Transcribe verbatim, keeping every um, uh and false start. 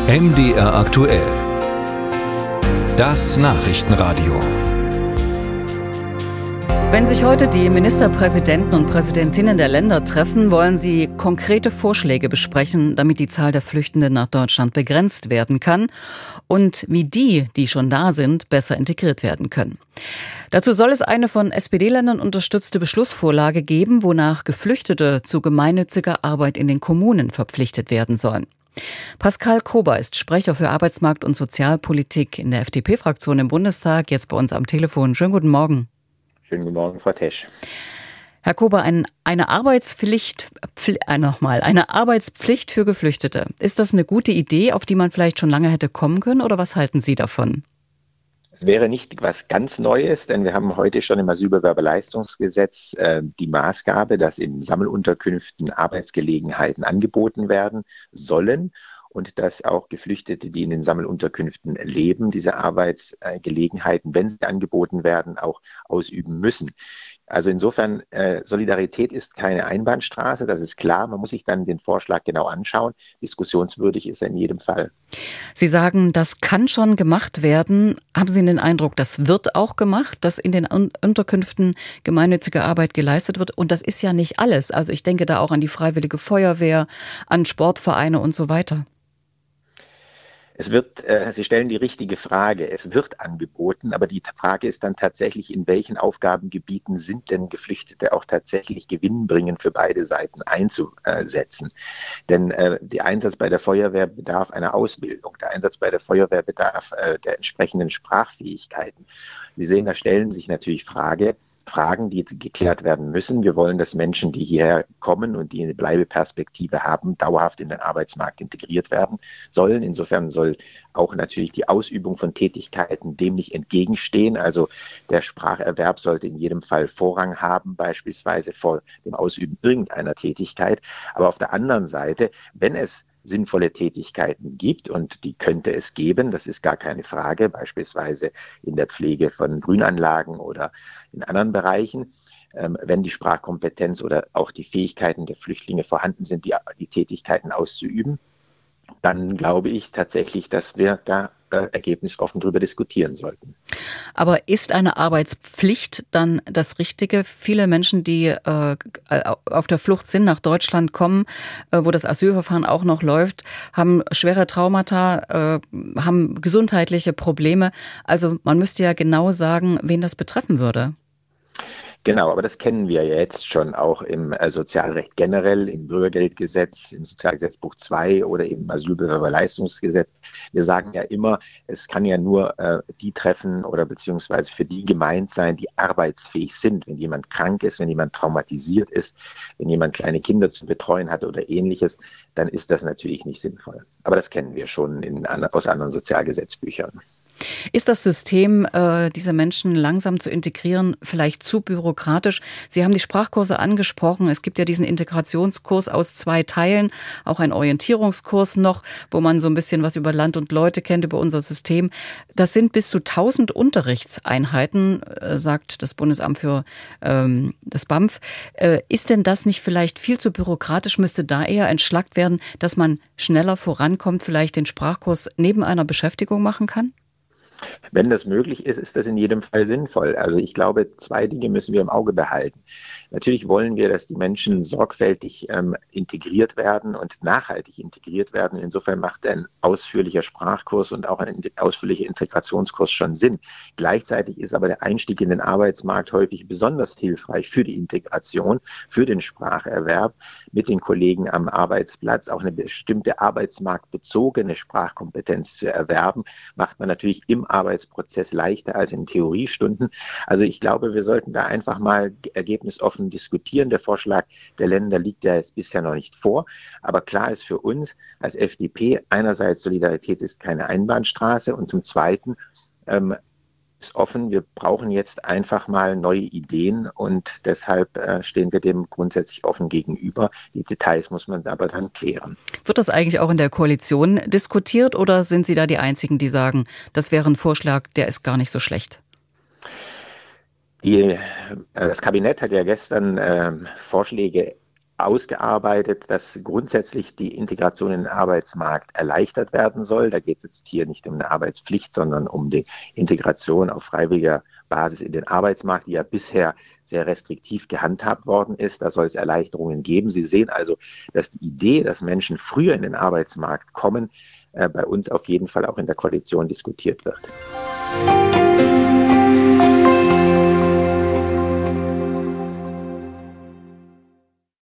M D R aktuell. Das Nachrichtenradio. Wenn sich heute die Ministerpräsidenten und Präsidentinnen der Länder treffen, wollen sie konkrete Vorschläge besprechen, damit die Zahl der Flüchtenden nach Deutschland begrenzt werden kann und wie die, die schon da sind, besser integriert werden können. Dazu soll es eine von S P D-Ländern unterstützte Beschlussvorlage geben, wonach Geflüchtete zu gemeinnütziger Arbeit in den Kommunen verpflichtet werden sollen. Pascal Kober ist Sprecher für Arbeitsmarkt- und Sozialpolitik in der F D P-Fraktion im Bundestag, jetzt bei uns am Telefon. Schönen guten Morgen. Schönen guten Morgen, Frau Tesch. Herr Kober, ein, eine Arbeitspflicht, Pfli, äh, nochmal, eine Arbeitspflicht für Geflüchtete. Ist das eine gute Idee, auf die man vielleicht schon lange hätte kommen können, oder was halten Sie davon? Es wäre nicht was ganz Neues, denn wir haben heute schon im Asylbewerberleistungsgesetz äh, die Maßgabe, dass in Sammelunterkünften Arbeitsgelegenheiten angeboten werden sollen und dass auch Geflüchtete, die in den Sammelunterkünften leben, diese Arbeitsgelegenheiten, wenn sie angeboten werden, auch ausüben müssen. Also insofern, äh, Solidarität ist keine Einbahnstraße, das ist klar. Man muss sich dann den Vorschlag genau anschauen. Diskussionswürdig ist er in jedem Fall. Sie sagen, das kann schon gemacht werden. Haben Sie den Eindruck, das wird auch gemacht, dass in den Unterkünften gemeinnützige Arbeit geleistet wird? Und das ist ja nicht alles. Also ich denke da auch an die Freiwillige Feuerwehr, an Sportvereine und so weiter. Es wird, äh, Sie stellen die richtige Frage. Es wird angeboten, aber die Frage ist dann tatsächlich, in welchen Aufgabengebieten sind denn Geflüchtete auch tatsächlich gewinnbringend für beide Seiten einzusetzen? Denn äh, der Einsatz bei der Feuerwehr bedarf einer Ausbildung. Der Einsatz bei der Feuerwehr bedarf äh, der entsprechenden Sprachfähigkeiten. Sie sehen, da stellen sich natürlich Frage, Fragen, die geklärt werden müssen. Wir wollen, dass Menschen, die hierher kommen und die eine Bleibeperspektive haben, dauerhaft in den Arbeitsmarkt integriert werden sollen. Insofern soll auch natürlich die Ausübung von Tätigkeiten dem nicht entgegenstehen. Also der Spracherwerb sollte in jedem Fall Vorrang haben, beispielsweise vor dem Ausüben irgendeiner Tätigkeit. Aber auf der anderen Seite, wenn es sinnvolle Tätigkeiten gibt, und die könnte es geben, das ist gar keine Frage, beispielsweise in der Pflege von Grünanlagen oder in anderen Bereichen, ähm, wenn die Sprachkompetenz oder auch die Fähigkeiten der Flüchtlinge vorhanden sind, die, die Tätigkeiten auszuüben, dann glaube ich tatsächlich, dass wir da äh, ergebnisoffen darüber diskutieren sollten. Aber ist eine Arbeitspflicht dann das Richtige? Viele Menschen, die äh, auf der Flucht sind, nach Deutschland kommen, äh, wo das Asylverfahren auch noch läuft, haben schwere Traumata, äh, haben gesundheitliche Probleme. Also man müsste ja genau sagen, wen das betreffen würde. Genau, aber das kennen wir ja jetzt schon auch im äh, Sozialrecht generell, im Bürgergeldgesetz, im Sozialgesetzbuch zwei oder im Asylbewerberleistungsgesetz. Wir sagen ja immer, es kann ja nur äh, die treffen oder beziehungsweise für die gemeint sein, die arbeitsfähig sind. Wenn jemand krank ist, wenn jemand traumatisiert ist, wenn jemand kleine Kinder zu betreuen hat oder ähnliches, dann ist das natürlich nicht sinnvoll. Aber das kennen wir schon in, aus anderen Sozialgesetzbüchern. Ist das System, äh, diese Menschen langsam zu integrieren, vielleicht zu bürokratisch? Sie haben die Sprachkurse angesprochen. Es gibt ja diesen Integrationskurs aus zwei Teilen, auch einen Orientierungskurs noch, wo man so ein bisschen was über Land und Leute kennt, über unser System. Das sind bis zu tausend Unterrichtseinheiten, äh, sagt das Bundesamt für ähm, das B A M F. Äh, ist denn das nicht vielleicht viel zu bürokratisch? Müsste da eher entschlackt werden, dass man schneller vorankommt, vielleicht den Sprachkurs neben einer Beschäftigung machen kann? Wenn das möglich ist, ist das in jedem Fall sinnvoll. Also ich glaube, zwei Dinge müssen wir im Auge behalten. Natürlich wollen wir, dass die Menschen sorgfältig ähm, integriert werden und nachhaltig integriert werden. Insofern macht ein ausführlicher Sprachkurs und auch ein ausführlicher Integrationskurs schon Sinn. Gleichzeitig ist aber der Einstieg in den Arbeitsmarkt häufig besonders hilfreich für die Integration, für den Spracherwerb mit den Kollegen am Arbeitsplatz. Auch eine bestimmte arbeitsmarktbezogene Sprachkompetenz zu erwerben, macht man natürlich im Arbeitsprozess leichter als in Theoriestunden. Also ich glaube, wir sollten da einfach mal ergebnisoffen diskutieren. Der Vorschlag der Länder liegt ja jetzt bisher noch nicht vor. Aber klar ist für uns als F D P einerseits, Solidarität ist keine Einbahnstraße und zum Zweiten ähm, ist offen, wir brauchen jetzt einfach mal neue Ideen und deshalb äh, stehen wir dem grundsätzlich offen gegenüber. Die Details muss man aber dann klären. Wird das eigentlich auch in der Koalition diskutiert oder sind Sie da die Einzigen, die sagen, das wäre ein Vorschlag, der ist gar nicht so schlecht? Die, äh, das Kabinett hat ja gestern äh, Vorschläge ausgearbeitet, dass grundsätzlich die Integration in den Arbeitsmarkt erleichtert werden soll. Da geht es jetzt hier nicht um eine Arbeitspflicht, sondern um die Integration auf freiwilliger Basis in den Arbeitsmarkt, die ja bisher sehr restriktiv gehandhabt worden ist. Da soll es Erleichterungen geben. Sie sehen also, dass die Idee, dass Menschen früher in den Arbeitsmarkt kommen, äh, bei uns auf jeden Fall auch in der Koalition diskutiert wird.